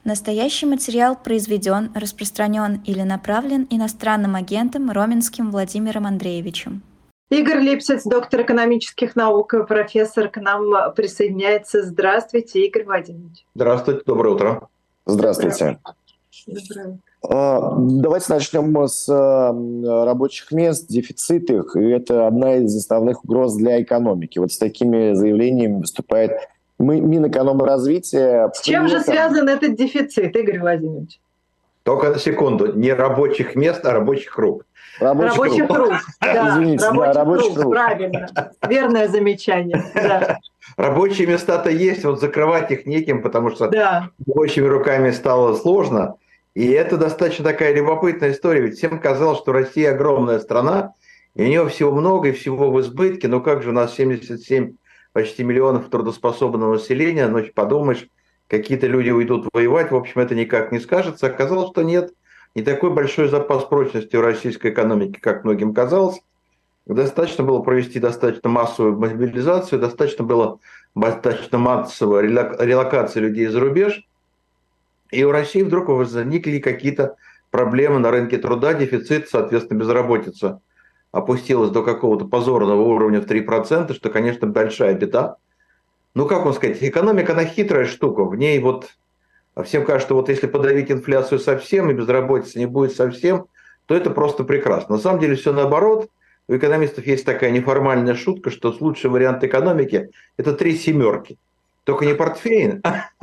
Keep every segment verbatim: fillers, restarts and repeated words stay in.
Настоящий материал произведен, распространен или направлен иностранным агентом Роменским Владимиром Андреевичем. Игорь Липсиц, доктор экономических наук и профессор, к нам присоединяется. Здравствуйте, Игорь Владимирович. Здравствуйте, доброе утро. Здравствуйте. Доброе. Давайте начнем с рабочих мест, дефицит их. И это одна из основных угроз для экономики. Вот с такими заявлениями выступает Минэкономразвития. С чем же связан этот дефицит, Игорь Владимирович? Только на секунду. Не рабочих мест, а рабочих рук. Рабочих, рабочих рук. рук. Да, Извините, рабочих, да, рабочих рук. рук. Правильно. Верное замечание. Да. Рабочие места-то есть, вот закрывать их неким, потому что да. рабочими руками стало сложно. И это достаточно такая любопытная история. Ведь всем казалось, что Россия огромная страна, и у нее всего много, и всего в избытке. Но как же у нас семьдесят семь почти миллионов трудоспособного населения, ночь подумаешь, какие-то люди уйдут воевать, в общем, это никак не скажется. Оказалось, что нет, не такой большой запас прочности у российской экономики, как многим казалось. Достаточно было провести достаточно массовую мобилизацию, достаточно было достаточно массовой релокации людей за рубеж, и у России вдруг возникли какие-то проблемы на рынке труда, дефицит, соответственно, безработица опустилась до какого-то позорного уровня в три процента, что, конечно, большая беда. Ну, как вам сказать, экономика, она хитрая штука. В ней вот всем кажется, что вот если подавить инфляцию совсем и безработицы не будет совсем, то это просто прекрасно. На самом деле все наоборот. У экономистов есть такая неформальная шутка, что лучший вариант экономики – это три семерки. Только не портфель,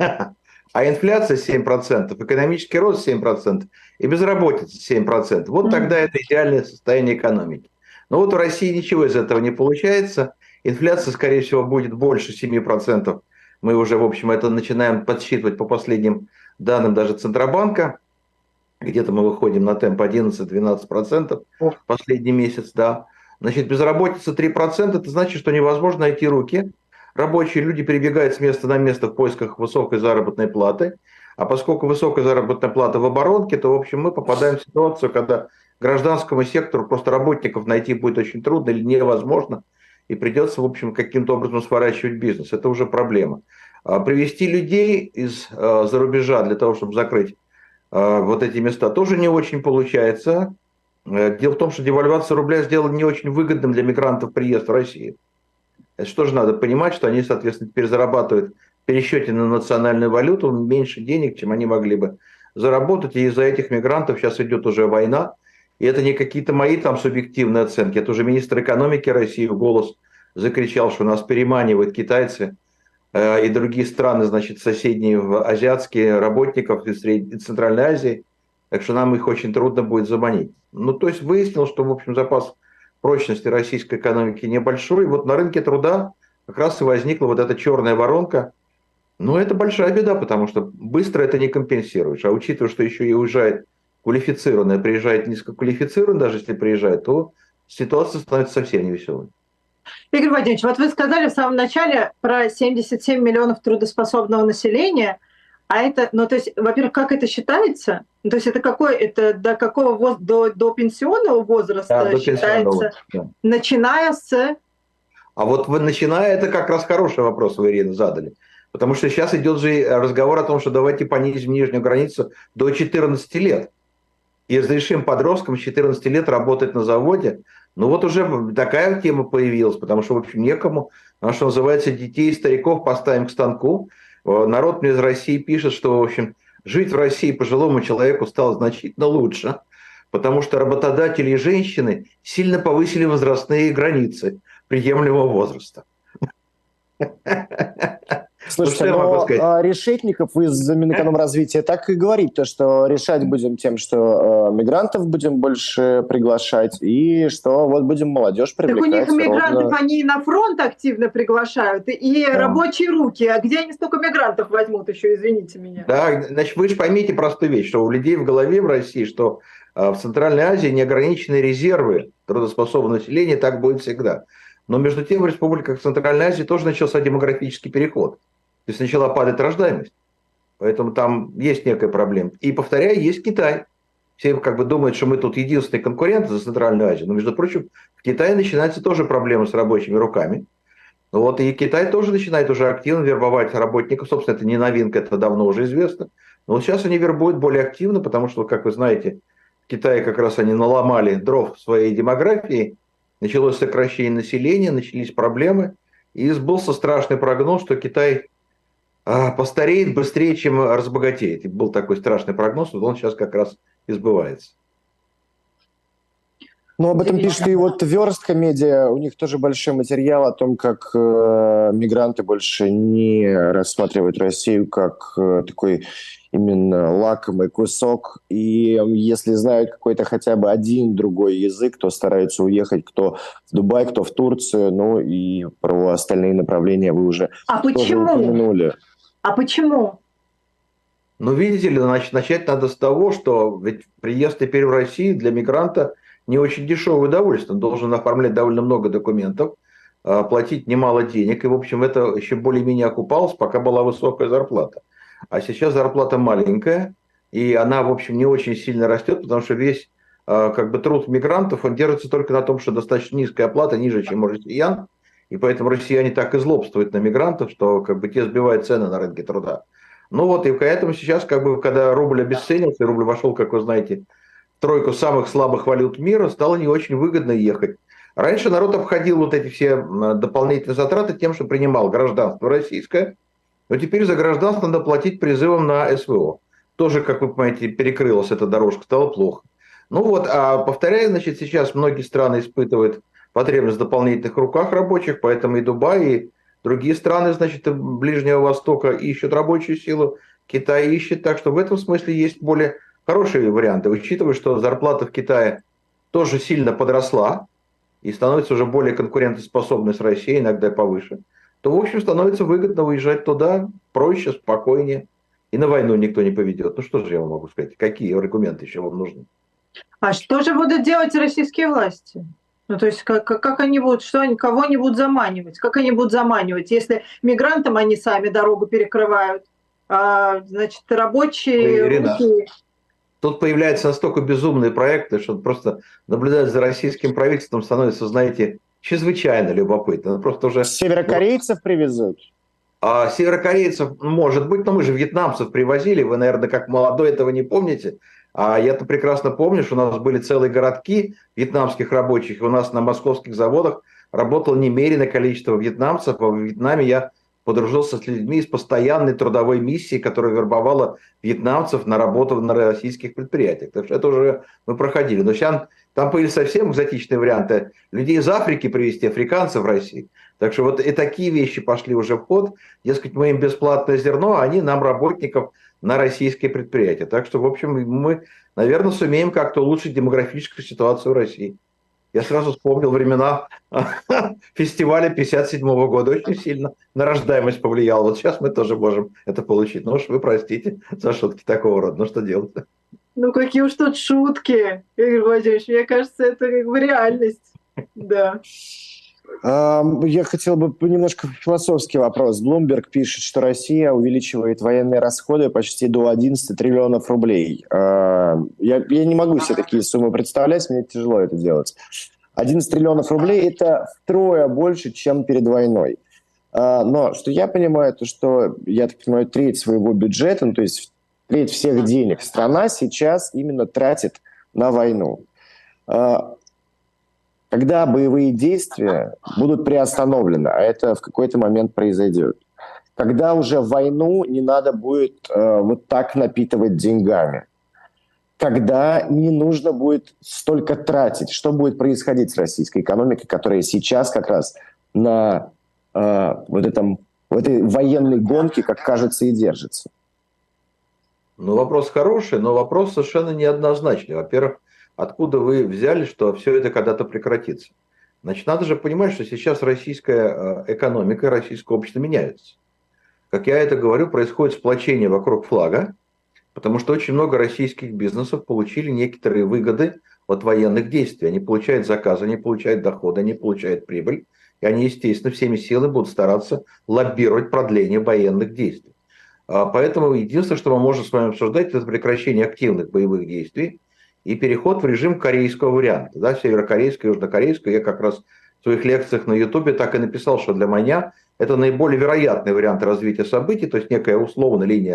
а инфляция семь процентов, экономический рост семь процентов и безработица семь процентов. Вот тогда это идеальное состояние экономики. Но вот у России ничего из этого не получается. Инфляция, скорее всего, будет больше семи процентов. Мы уже, в общем, это начинаем подсчитывать по последним данным даже Центробанка. Где-то мы выходим на темп одиннадцать-двенадцать процентов в последний месяц, да. Значит, безработица три процента, это значит, что невозможно найти руки. Рабочие люди перебегают с места на место в поисках высокой заработной платы. А поскольку высокая заработная плата в оборонке, то, в общем, мы попадаем в ситуацию, когда гражданскому сектору просто работников найти будет очень трудно или невозможно. И придется, в общем, каким-то образом сворачивать бизнес. Это уже проблема. Привести людей из-за рубежа для того, чтобы закрыть вот эти места, тоже не очень получается. Дело в том, что девальвация рубля сделала не очень выгодным для мигрантов приезд в Россию. Это что же надо понимать, что они, соответственно, теперь зарабатывают в пересчете на национальную валюту меньше денег, чем они могли бы заработать. И из-за этих мигрантов сейчас идет уже война. И это не какие-то мои там субъективные оценки. Это уже министр экономики России в голос закричал, что нас переманивают китайцы э, и другие страны, значит, соседние азиатские работников из Средней и Центральной Азии. Так что нам их очень трудно будет заманить. Ну, то есть выяснилось, что, в общем, запас прочности российской экономики небольшой. Вот на рынке труда как раз и возникла вот эта черная воронка. Но это большая беда, потому что быстро это не компенсируешь. А учитывая, что еще и уезжает квалифицированная, приезжает низкоквалифицированная, даже если приезжает, то ситуация становится совсем невеселой. Игорь Владимирович, вот вы сказали в самом начале про семьдесят семь миллионов трудоспособного населения. А это, ну то есть, во-первых, как это считается? Ну, то есть это какой, это до какого возраста, до, до пенсионного возраста да, считается, да. Начиная с... А вот вы, начиная, это как раз хороший вопрос вы, Ирина, задали. Потому что сейчас идет же разговор о том, что давайте понизим нижнюю границу до четырнадцати лет. И разрешим подросткам с четырнадцати лет работать на заводе. Ну вот уже такая тема появилась, потому что, в общем, некому. Потому что, называется, детей и стариков поставим к станку. Народ мне из России пишет, что, в общем, жить в России пожилому человеку стало значительно лучше, потому что работодатели и женщины сильно повысили возрастные границы приемлемого возраста. Слушайте, ну, но Решетников из Минэкономразвития так и говорит, то, что решать будем тем, что э, мигрантов будем больше приглашать, и что вот будем молодежь привлекать. Так у них мигрантов, ровно... они на фронт активно приглашают, и да. Рабочие руки. А где они столько мигрантов возьмут еще, извините меня? Да, значит, вы же поймите простую вещь, что у людей в голове в России, что э, в Центральной Азии неограниченные резервы трудоспособного населения, так будет всегда. Но между тем в республиках Центральной Азии тоже начался демографический переход. То есть начала падать рождаемость. Поэтому там есть некая проблема. И, повторяю, есть Китай. Все как бы думают, что мы тут единственные конкуренты за Центральную Азию. Но, между прочим, в Китае начинается тоже проблема с рабочими руками. Вот, и Китай тоже начинает уже активно вербовать работников. Собственно, это не новинка, это давно уже известно. Но вот сейчас они вербуют более активно, потому что, как вы знаете, в Китае как раз они наломали дров в своей демографии, началось сокращение населения, начались проблемы, и сбылся страшный прогноз, что Китай постареет быстрее, чем разбогатеет. И был такой страшный прогноз, вот он сейчас как раз и сбывается. Ну, об этом пишет и вот Верстка Медиа. У них тоже большой материал о том, как э, мигранты больше не рассматривают Россию как э, такой именно лакомый кусок. И если знают какой-то хотя бы один другой язык, то стараются уехать кто в Дубай, кто в Турцию. Ну и про остальные направления вы уже а тоже почему? упомянули. А почему? Ну, видите ли, значит, начать надо с того, что ведь приезд теперь в Россию для мигранта не очень дешевое удовольствие. Он должен оформлять довольно много документов, платить немало денег. И, в общем, это еще более-менее окупалось, пока была высокая зарплата. А сейчас зарплата маленькая, и она, в общем, не очень сильно растет, потому что весь как бы, труд мигрантов, он держится только на том, что достаточно низкая оплата, ниже, чем у россиян. И поэтому россияне так и злобствуют на мигрантов, что как бы, те сбивают цены на рынке труда. Ну вот, и поэтому сейчас, как бы, когда рубль обесценился, рубль вошел, как вы знаете, тройку самых слабых валют мира, стало не очень выгодно ехать. Раньше народ обходил вот эти все дополнительные затраты тем, что принимал гражданство российское, но теперь за гражданство надо платить призывом на СВО. Тоже, как вы понимаете, перекрылась эта дорожка, стало плохо. Ну вот, а повторяю, значит, сейчас многие страны испытывают потребность в дополнительных руках рабочих, поэтому и Дубай, и другие страны, значит, Ближнего Востока ищут рабочую силу, Китай ищет, так что в этом смысле есть более хорошие варианты, учитывая, что зарплата в Китае тоже сильно подросла и становится уже более конкурентоспособной с Россией, иногда повыше, то, в общем, становится выгодно уезжать туда проще, спокойнее, и на войну никто не поведет. Ну, что же я вам могу сказать? Какие аргументы еще вам нужны? А что же будут делать российские власти? Ну, то есть как, как они будут, что они, кого они будут заманивать? Как они будут заманивать, если мигрантам они сами дорогу перекрывают, а, значит, рабочие... Ирина, тут появляются настолько безумные проекты, что просто наблюдать за российским правительством становится, знаете, чрезвычайно любопытно. Просто уже... Северокорейцев привезут? А северокорейцев, может быть, но мы же вьетнамцев привозили, вы, наверное, как молодой этого не помните. А я-то прекрасно помню, что у нас были целые городки вьетнамских рабочих, и у нас на московских заводах работало немереное количество вьетнамцев, а в Вьетнаме я подружился с людьми из постоянной трудовой миссии, которая вербовала вьетнамцев на работу на российских предприятиях. Так что это уже мы проходили. Но сейчас там появились совсем экзотичные варианты. Людей из Африки привезти, африканцев в Россию. Так что вот и такие вещи пошли уже в ход. Дескать, мы им бесплатное зерно, а они нам работников на российские предприятия. Так что, в общем, мы, наверное, сумеем как-то улучшить демографическую ситуацию в России. Я сразу вспомнил времена фестиваля пятьдесят седьмого года. Очень сильно на рождаемость повлиял. Вот сейчас мы тоже можем это получить. Ну уж вы простите за шутки такого рода. Ну что делать? Ну какие уж тут шутки, Игорь Владимирович. Мне кажется, это как бы реальность. Да. Я хотел бы немножко философский вопрос. Bloomberg пишет, что Россия увеличивает военные расходы почти до одиннадцати триллионов рублей. Я, я не могу себе такие суммы представлять, мне тяжело это делать. одиннадцать триллионов рублей – это втрое больше, чем перед войной. Но что я понимаю, то что, я так понимаю, треть своего бюджета, ну, то есть треть всех денег страна сейчас именно тратит на войну. Когда боевые действия будут приостановлены, а это в какой-то момент произойдет, когда уже войну не надо будет э, вот так напитывать деньгами, когда не нужно будет столько тратить, что будет происходить с российской экономикой, которая сейчас как раз на э, вот этом, в этой военной гонке, как кажется, и держится? Ну, вопрос хороший, но вопрос совершенно неоднозначный. Во-первых, откуда вы взяли, что все это когда-то прекратится? Значит, надо же понимать, что сейчас российская экономика, российское общество меняется. Как я это говорю, происходит сплочение вокруг флага, потому что очень много российских бизнесов получили некоторые выгоды от военных действий. Они получают заказы, они получают доходы, они получают прибыль, и они, естественно, всеми силами будут стараться лоббировать продление военных действий. Поэтому единственное, что мы можем с вами обсуждать, это прекращение активных боевых действий и переход в режим корейского варианта, да, северокорейского, южнокорейского. Я как раз в своих лекциях на Ютубе так и написал, что для меня это наиболее вероятный вариант развития событий, то есть некая условная линия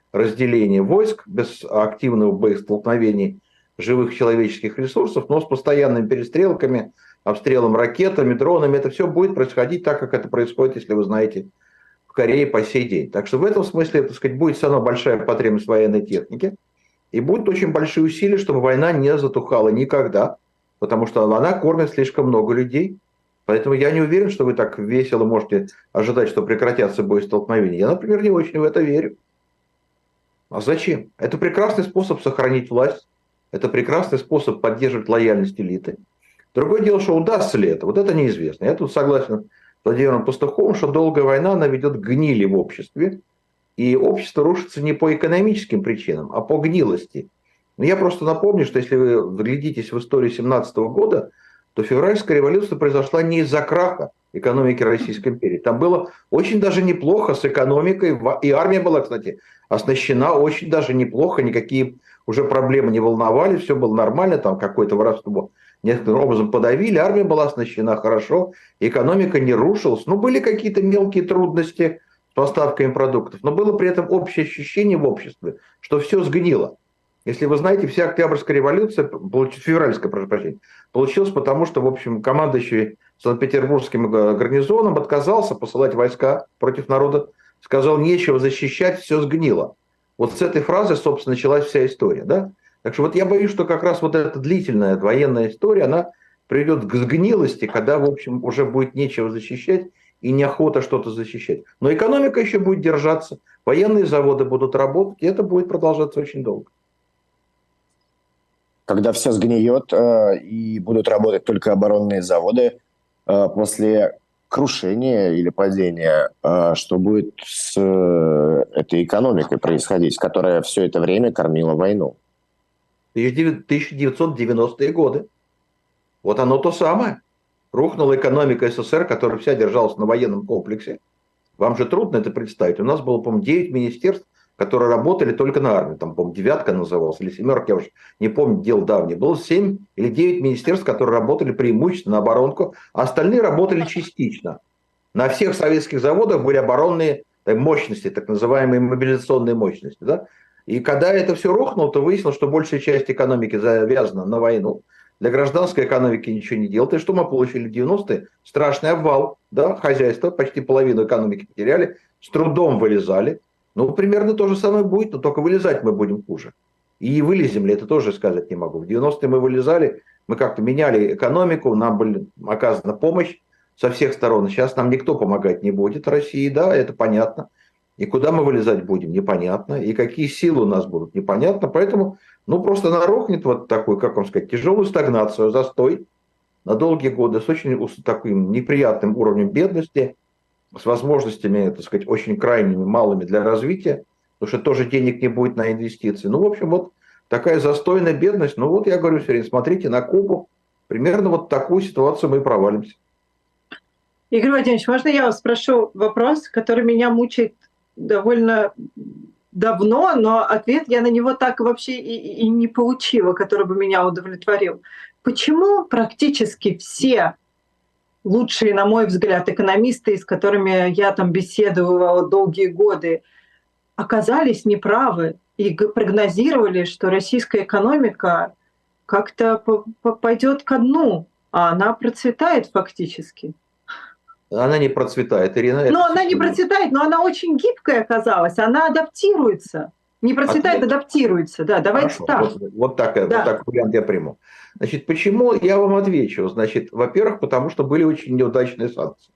разделения войск, без активного боестолкновений живых человеческих ресурсов, но с постоянными перестрелками, обстрелом ракетами, дронами. Это все будет происходить так, как это происходит, если вы знаете, в Корее по сей день. Так что в этом смысле, так сказать, будет все равно большая потребность в военной технике. И будут очень большие усилия, чтобы война не затухала никогда, потому что она кормит слишком много людей. Поэтому я не уверен, что вы так весело можете ожидать, что прекратятся боестолкновения. Я, например, не очень в это верю. А зачем? Это прекрасный способ сохранить власть. Это прекрасный способ поддерживать лояльность элиты. Другое дело, что удастся ли это, вот это неизвестно. Я тут согласен с Владимиром Пастуховым, что долгая война, она ведет к гнили в обществе. И общество рушится не по экономическим причинам, а по гнилости. Но я просто напомню, что если вы вглядитесь в историю семнадцатого года, то февральская революция произошла не из-за краха экономики Российской империи. Там было очень даже неплохо с экономикой. И армия была, кстати, оснащена очень даже неплохо. Никакие уже проблемы не волновали. Все было нормально. Там какое-то воровство некоторым образом подавили. Армия была оснащена хорошо. Экономика не рушилась. Но были какие-то мелкие трудности с поставками продуктов. Но было при этом общее ощущение в обществе, что все сгнило. Если вы знаете, вся Октябрьская революция, февральская, прошу прощения, получилась потому, что, в общем, командующий Санкт-Петербургским гарнизоном отказался посылать войска против народа, сказал, нечего защищать, все сгнило. Вот с этой фразы, собственно, началась вся история. Да? Так что вот я боюсь, что как раз вот эта длительная военная история, она приведет к сгнилости, когда, в общем, уже будет нечего защищать и неохота что-то защищать. Но экономика еще будет держаться, военные заводы будут работать, и это будет продолжаться очень долго. Когда все сгниет э, и будут работать только оборонные заводы, э, после крушения или падения, э, что будет с э, этой экономикой происходить, которая все это время кормила войну? тысяча девятьсот девяностые годы. Вот оно то самое. Рухнула экономика СССР, которая вся держалась на военном комплексе. Вам же трудно это представить. У нас было, по-моему, девять министерств, которые работали только на армию. Там, по-моему, девятка называлась, или семерка, я уже не помню, дело давнее. Было семь или девять министерств, которые работали преимущественно на оборонку, а остальные работали частично. На всех советских заводах были оборонные так, мощности, так называемые мобилизационные мощности. Да? И когда это все рухнуло, то выяснилось, что большая часть экономики завязана на войну. Для гражданской экономики ничего не делает. И что мы получили в девяностые? Страшный обвал. Да? Хозяйство, почти половину экономики потеряли, с трудом вылезали. Ну, примерно то же самое будет, но только вылезать мы будем хуже. И вылезем ли, это тоже сказать не могу. В девяностые мы вылезали, мы как-то меняли экономику, нам была оказана помощь со всех сторон. Сейчас нам никто помогать не будет, России, да, это понятно. И куда мы вылезать будем, непонятно. И какие силы у нас будут, непонятно. Поэтому, ну, просто нарухнет вот такую, как вам сказать, тяжелую стагнацию, застой на долгие годы с очень таким неприятным уровнем бедности, с возможностями, так сказать, очень крайними малыми для развития, потому что тоже денег не будет на инвестиции. Ну, в общем, вот такая застойная бедность. Ну, вот я говорю все время, смотрите на Кубу. Примерно вот такую ситуацию мы и провалимся. Игорь Владимирович, можно я вас спрошу вопрос, который меня мучает довольно давно, но ответ я на него так вообще и, и не получила, который бы меня удовлетворил. Почему практически все лучшие, на мой взгляд, экономисты, с которыми я там беседовала долгие годы, оказались неправы и прогнозировали, что российская экономика как-то пойдет ко дну, а она процветает фактически? Она не процветает, Ирина. Но она не процветает, но она очень гибкая оказалась, она адаптируется. Не процветает, Ответ. адаптируется. Да, давайте Хорошо, так. Вот, вот, так, да. вот так вариант я приму. Значит, почему я вам отвечу? Значит, во-первых, потому что были очень неудачные санкции.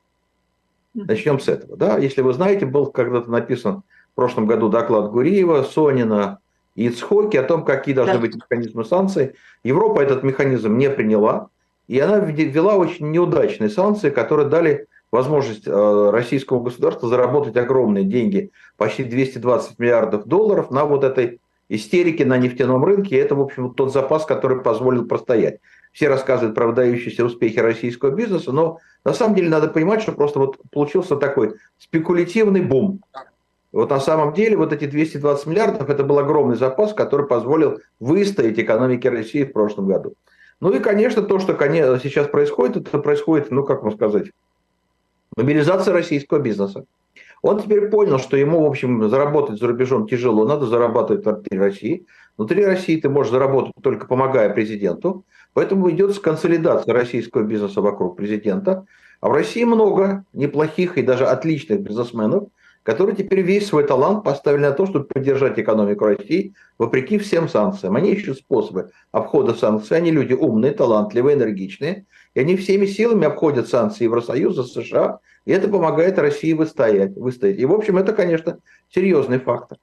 Начнем с этого. Да? Если вы знаете, был когда-то написан в прошлом году доклад Гуриева, Сонина и Ицхоки о том, какие должны да. быть механизмы санкций. Европа этот механизм не приняла, и она ввела очень неудачные санкции, которые дали возможность российскому государству заработать огромные деньги, почти двести двадцать миллиардов долларов на вот этой истерике на нефтяном рынке. И это, в общем, тот запас, который позволил простоять. Все рассказывают про выдающиеся успехи российского бизнеса, но на самом деле надо понимать, что просто вот получился такой спекулятивный бум. Вот на самом деле вот эти двести двадцать миллиардов – это был огромный запас, который позволил выстоять экономике России в прошлом году. Ну и, конечно, то, что сейчас происходит, это происходит, ну, как вам сказать, мобилизация российского бизнеса. Он теперь понял, что ему, в общем, заработать за рубежом тяжело, надо зарабатывать внутри России. Внутри России ты можешь заработать только помогая президенту, поэтому идет консолидация российского бизнеса вокруг президента. А в России много неплохих и даже отличных бизнесменов, которые теперь весь свой талант поставили на то, чтобы поддержать экономику России вопреки всем санкциям. Они ищут способы обхода санкций, они люди умные, талантливые, энергичные, и они всеми силами обходят санкции Евросоюза, США, и это помогает России выстоять. выстоять. И, в общем, это, конечно, серьезный фактор.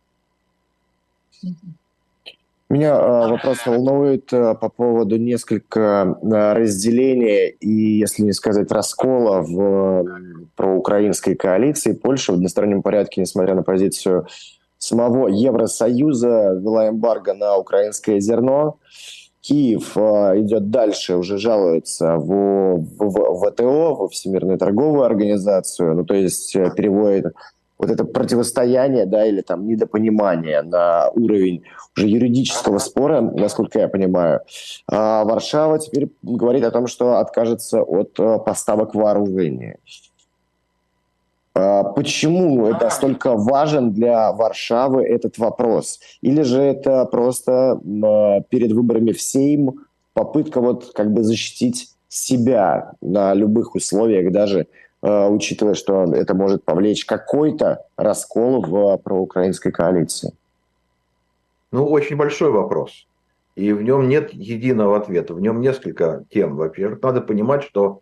Меня э, вопрос волнует э, по поводу несколько э, разделения и, если не сказать, раскола в э, проукраинской коалиции. Польша в одностороннем порядке, несмотря на позицию самого Евросоюза, ввела эмбарго на украинское зерно. Киев э, идет дальше, уже жалуется в, в, в ВТО, во Всемирную торговую организацию, ну то есть э, переводит вот это противостояние, да, или там недопонимание на уровень уже юридического спора, насколько я понимаю. А Варшава теперь говорит о том, что откажется от поставок вооружения. А почему это столько важен для Варшавы этот вопрос? Или же это просто перед выборами в Сейм попытка вот как бы защитить себя на любых условиях, даже учитывая, что это может повлечь какой-то раскол в проукраинской коалиции? Ну, очень большой вопрос. И в нем нет единого ответа. В нем несколько тем. Во-первых, надо понимать, что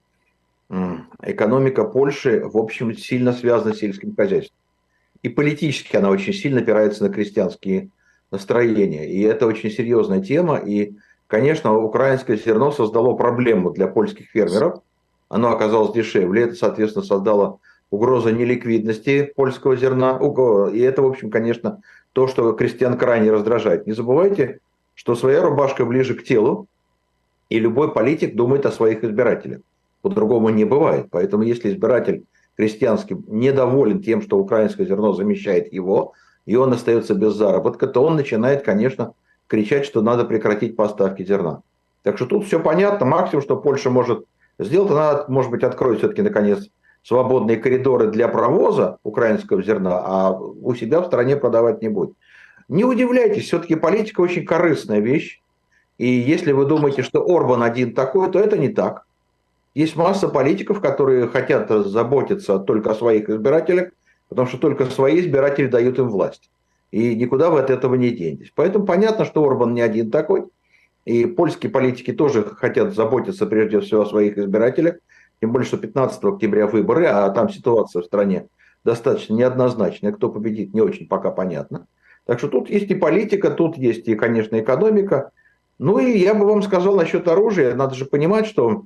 экономика Польши, в общем, сильно связана с сельским хозяйством. И политически она очень сильно опирается на крестьянские настроения. И это очень серьезная тема. И, конечно, украинское зерно создало проблему для польских фермеров. Оно оказалось дешевле, это, соответственно, создало угрозу неликвидности польского зерна. И это, в общем, конечно, то, что крестьян крайне раздражает. Не забывайте, что своя рубашка ближе к телу, и любой политик думает о своих избирателях. По-другому не бывает. Поэтому, если избиратель крестьянский недоволен тем, что украинское зерно замещает его, и он остается без заработка, то он начинает, конечно, кричать, что надо прекратить поставки зерна. Так что тут все понятно. Максимум, что Польша может сделать, она, может быть, откроет все-таки, наконец, свободные коридоры для провоза украинского зерна, а у себя в стране продавать не будет. Не удивляйтесь, все-таки политика очень корыстная вещь. И если вы думаете, что Орбан один такой, то это не так. Есть масса политиков, которые хотят заботиться только о своих избирателях, потому что только свои избиратели дают им власть. И никуда вы от этого не денетесь. Поэтому понятно, что Орбан не один такой. И польские политики тоже хотят заботиться прежде всего о своих избирателях. Тем более, что пятнадцатого октября выборы, а там ситуация в стране достаточно неоднозначная. Кто победит, не очень пока понятно. Так что тут есть и политика, тут есть и, конечно, экономика. Ну и я бы вам сказал насчет оружия. Надо же понимать, что,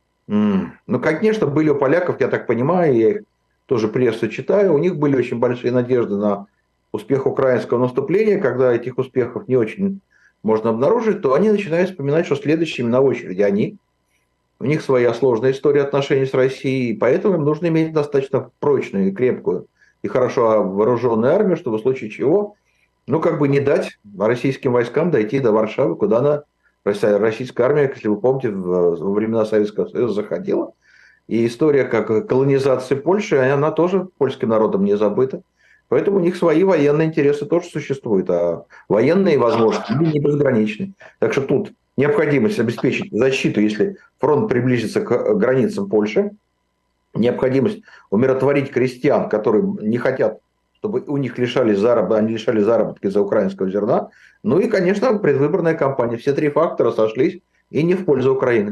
ну, конечно, были у поляков, я так понимаю, я их тоже прессу читаю, у них были очень большие надежды на успех украинского наступления. Когда этих успехов не очень можно обнаружить, то они начинают вспоминать, что следующими на очереди они. У них своя сложная история отношений с Россией, поэтому им нужно иметь достаточно прочную, крепкую и хорошо вооруженную армию, чтобы в случае чего, ну, как бы не дать российским войскам дойти до Варшавы, куда она, российская армия, если вы помните, во времена Советского Союза заходила. И история как колонизации Польши, она тоже польским народом не забыта. Поэтому у них свои военные интересы тоже существуют, а военные возможности не безграничны. Так что тут необходимость обеспечить защиту, если фронт приблизится к границам Польши, необходимость умиротворить крестьян, которые не хотят, чтобы у них лишали заработка, они лишали заработки из-за украинского зерна. Ну и, конечно, предвыборная кампания. Все три фактора сошлись и не в пользу Украины.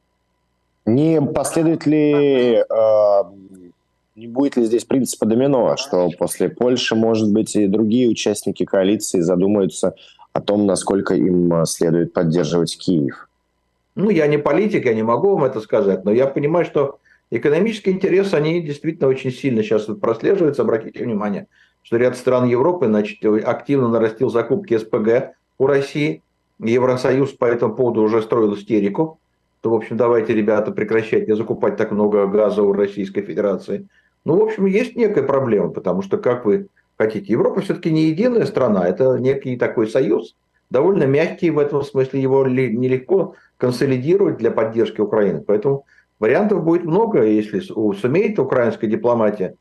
Не последует ли... Э... Не будет ли здесь принципа домино, что после Польши, может быть, и другие участники коалиции задумаются о том, насколько им следует поддерживать Киев? Ну, я не политик, я не могу вам это сказать, но я понимаю, что экономические интересы, они действительно очень сильно сейчас прослеживаются. Обратите внимание, что ряд стран Европы, значит, активно нарастил закупки СПГ у России. Евросоюз по этому поводу уже строил истерику. То, в общем, давайте, ребята, прекращайте закупать так много газа у Российской Федерации. Ну, в общем, есть некая проблема, потому что, как вы хотите, Европа все-таки не единая страна, это некий такой союз, довольно мягкий в этом смысле, его нелегко консолидировать для поддержки Украины. Поэтому вариантов будет много, если сумеет украинская дипломатия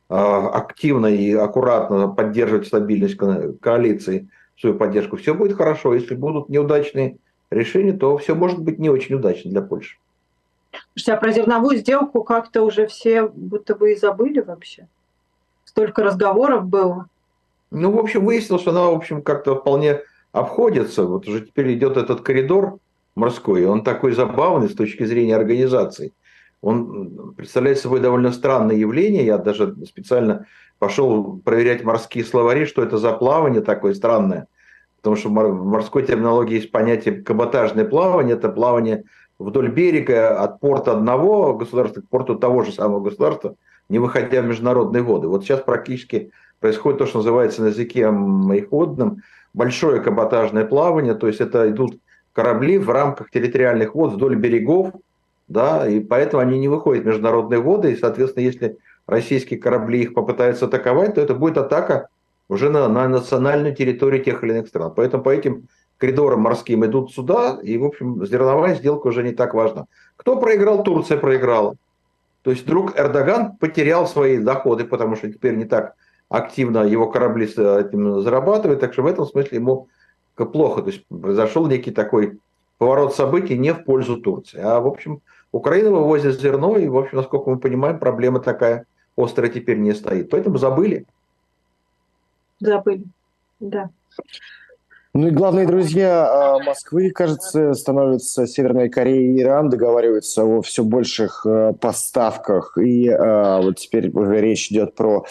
активно и аккуратно поддерживать стабильность коалиции, свою поддержку, все будет хорошо. Если будут неудачные решения, то все может быть не очень удачно для Польши. Слушайте, а про зерновую сделку как-то уже все будто бы и забыли вообще. Столько разговоров было. Ну, в общем, выяснилось, что она, в общем, как-то вполне обходится. Вот уже теперь идет этот коридор морской, он такой забавный с точки зрения организации. Он представляет собой довольно странное явление. Я даже специально пошел проверять морские словари, что это за плавание такое странное. Потому что в морской терминологии есть понятие каботажное плавание. Это плавание вдоль берега от порта одного государства к порту того же самого государства, не выходя в международные воды. Вот сейчас практически происходит то, что называется на языке мореходном большое каботажное плавание. То есть это идут корабли в рамках территориальных вод вдоль берегов, да, и поэтому они не выходят в международные воды. И, соответственно, если российские корабли их попытаются атаковать, то это будет атака уже на, на национальную территорию тех или иных стран. Поэтому по этим коридорам морским идут суда, и, в общем, зерновая сделка уже не так важна. Кто проиграл? Турция проиграла. То есть вдруг Эрдоган потерял свои доходы, потому что теперь не так активно его корабли этим зарабатывают, так что в этом смысле ему плохо. То есть произошел некий такой поворот событий не в пользу Турции. А, в общем, Украина вывозит зерно, и, в общем, насколько мы понимаем, проблема такая острая теперь не стоит. Поэтому забыли. Забыли, да. Ну и главные друзья Москвы, кажется, становятся Северная Корея и Иран, договариваются о все больших поставках. И вот теперь уже речь идет про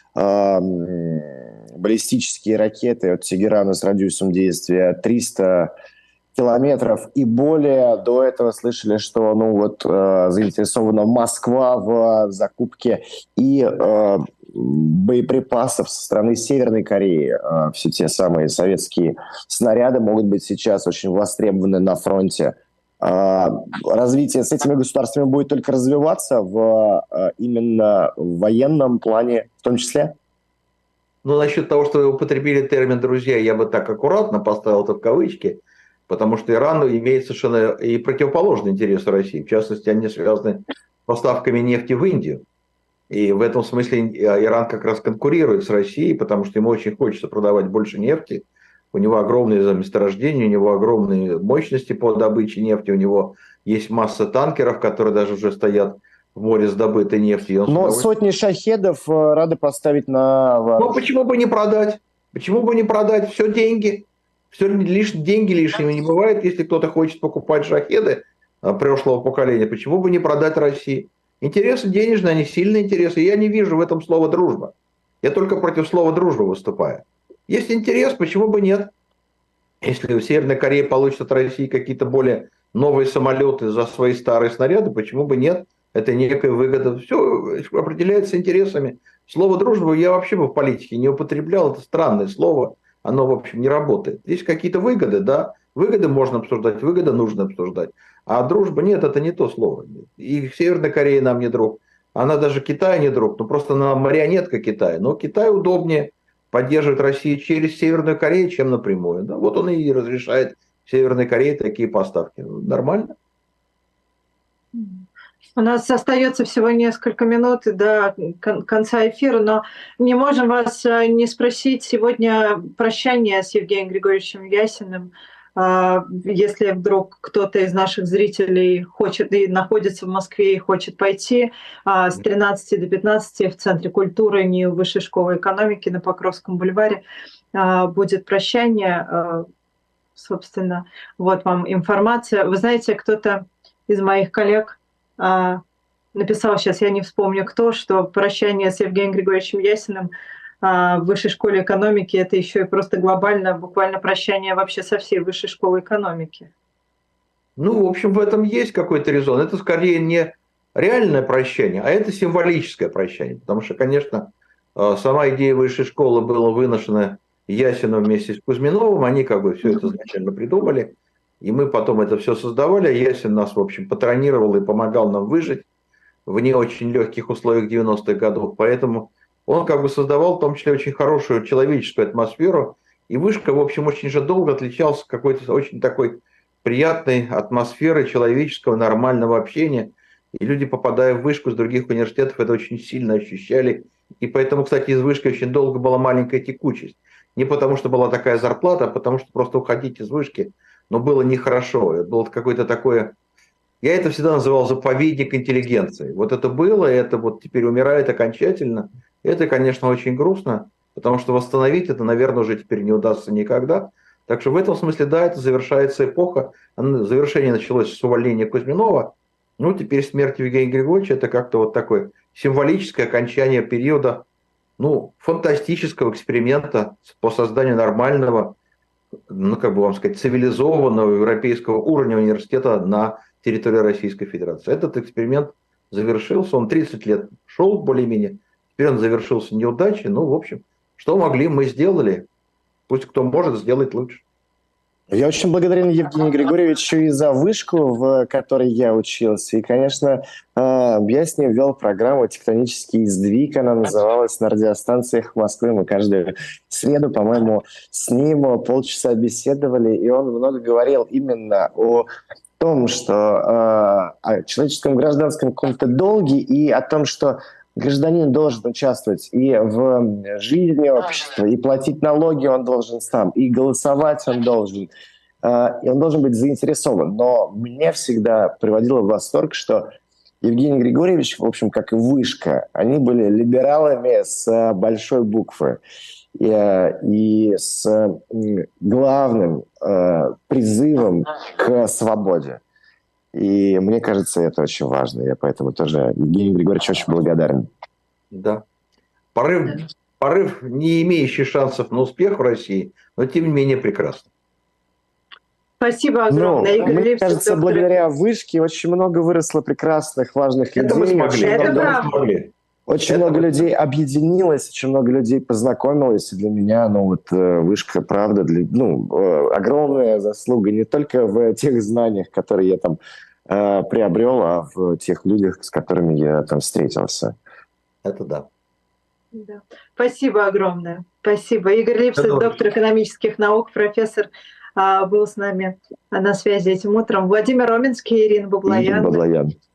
баллистические ракеты от Тегерана с радиусом действия триста километров и более. До этого слышали, что ну вот заинтересована Москва в закупке и боеприпасов со стороны Северной Кореи. Все те самые советские снаряды могут быть сейчас очень востребованы на фронте. Развитие с этими государствами будет только развиваться в именно в военном плане в том числе? Ну, насчет того, что вы употребили термин «друзья», я бы так аккуратно поставил это в кавычки, потому что Иран имеет совершенно и противоположный интерес России. В частности, они связаны с поставками нефти в Индию. И в этом смысле Иран как раз конкурирует с Россией, потому что ему очень хочется продавать больше нефти. У него огромные месторождения, у него огромные мощности по добыче нефти, у него есть масса танкеров, которые даже уже стоят в море с добытой нефтью. Но сотни шахедов рады поставить на вооружение. Ну, почему бы не продать? Почему бы не продать? Все деньги. Все лиш... деньги лишними не бывает, если кто-то хочет покупать шахеды прошлого поколения. Почему бы не продать России? Интересы денежные, они сильные интересы. Я не вижу в этом слова «дружба». Я только против слова «дружба» выступаю. Есть интерес, почему бы нет? Если в Северной Корее получит от России какие-то более новые самолеты за свои старые снаряды, почему бы нет? Это некая выгода. Все определяется интересами. Слово «дружба» я вообще бы в политике не употреблял. Это странное слово. Оно, в общем, не работает. Здесь какие-то выгоды, да. Выгоды можно обсуждать, выгоды нужно обсуждать. А дружба нет, это не то слово. И Северная Корея нам не друг. Она даже Китаю не друг. Ну, просто она марионетка Китая. Но Китай удобнее поддерживать Россию через Северную Корею, чем напрямую. Да, вот он и разрешает Северной Корее такие поставки. Нормально. У нас остается всего несколько минут до конца эфира, но не можем вас не спросить сегодня прощание с Евгением Григорьевичем Ясиным. Если вдруг кто-то из наших зрителей хочет и находится в Москве и хочет пойти, с тринадцати до пятнадцати в Центре культуры НИУ Высшей школы экономики на Покровском бульваре будет прощание. Собственно, вот вам информация. Вы знаете, кто-то из моих коллег написал, сейчас я не вспомню кто, что прощание с Евгением Григорьевичем Ясиным в Высшей школе экономики — это еще и просто глобально, буквально прощание вообще со всей Высшей школой экономики. Ну, в общем, в этом есть какой-то резон. Это скорее не реальное прощание, а это символическое прощание. Потому что, конечно, сама идея Высшей школы была выношена Ясиным вместе с Кузьминовым. Они как бы все это изначально придумали. И мы потом это все создавали. А Ясин нас, в общем, патронировал и помогал нам выжить в не очень легких условиях девяностых годов. Поэтому он как бы создавал в том числе очень хорошую человеческую атмосферу. И Вышка, в общем, очень же долго отличался какой-то очень такой приятной атмосферой человеческого нормального общения. И люди, попадая в вышку с других университетов, это очень сильно ощущали. И поэтому, кстати, из вышки очень долго была маленькая текучесть. Не потому, что была такая зарплата, а потому, что просто уходить из вышки, но было нехорошо. Это было какое-то такое... Я это всегда называл заповедник интеллигенции. Вот это было, и это вот теперь умирает окончательно. Это, конечно, очень грустно, потому что восстановить это, наверное, уже теперь не удастся никогда. Так что в этом смысле, да, это завершается эпоха. Завершение началось с увольнения Кузьминова. Ну, теперь смерть Евгения Григорьевича – это как-то вот такое символическое окончание периода, ну, фантастического эксперимента по созданию нормального, ну, как бы вам сказать, цивилизованного европейского уровня университета на территории Российской Федерации. Этот эксперимент завершился, он тридцать лет шел более-менее, теперь он завершился неудачей. Ну, в общем, что могли, мы сделали. Пусть кто может, сделать лучше. Я очень благодарен Евгению Григорьевичу и за вышку, в которой я учился. И, конечно, я с ним вел программу «Тектонический сдвиг». Она называлась на радиостанциях Москвы. Мы каждую среду, по-моему, с ним полчаса беседовали. И он много говорил именно о том, что о человеческом гражданском каком-то долге и о том, что гражданин должен участвовать и в жизни общества, и платить налоги он должен сам, и голосовать он должен, и он должен быть заинтересован. Но мне всегда приводило в восторг, что Евгений Григорьевич, в общем, как и Вышка, они были либералами с большой буквы и, и с главным призывом к свободе. И мне кажется, это очень важно. Я поэтому тоже Евгению Григорьевичу очень благодарен. Да. Порыв, порыв, не имеющий шансов на успех в России, но тем не менее прекрасно. Спасибо огромное, ну, Игорь Мне Лепсин, кажется, доктор... благодаря Вышке очень много выросло прекрасных, важных это людей. Мы смогли. Это это правда. мы смогли. Очень это много мы... людей объединилось, очень много людей познакомилось. И для меня, ну вот, Вышка, правда, для, ну, огромная заслуга не только в тех знаниях, которые я там э, приобрел, а в тех людях, с которыми я там встретился. Это да. да. Спасибо огромное. Спасибо. Игорь Лепсин, доктор экономических наук, профессор, был с нами на связи этим утром. Владимир Роменский, Ирина Баблоян. Ирина Баблоян.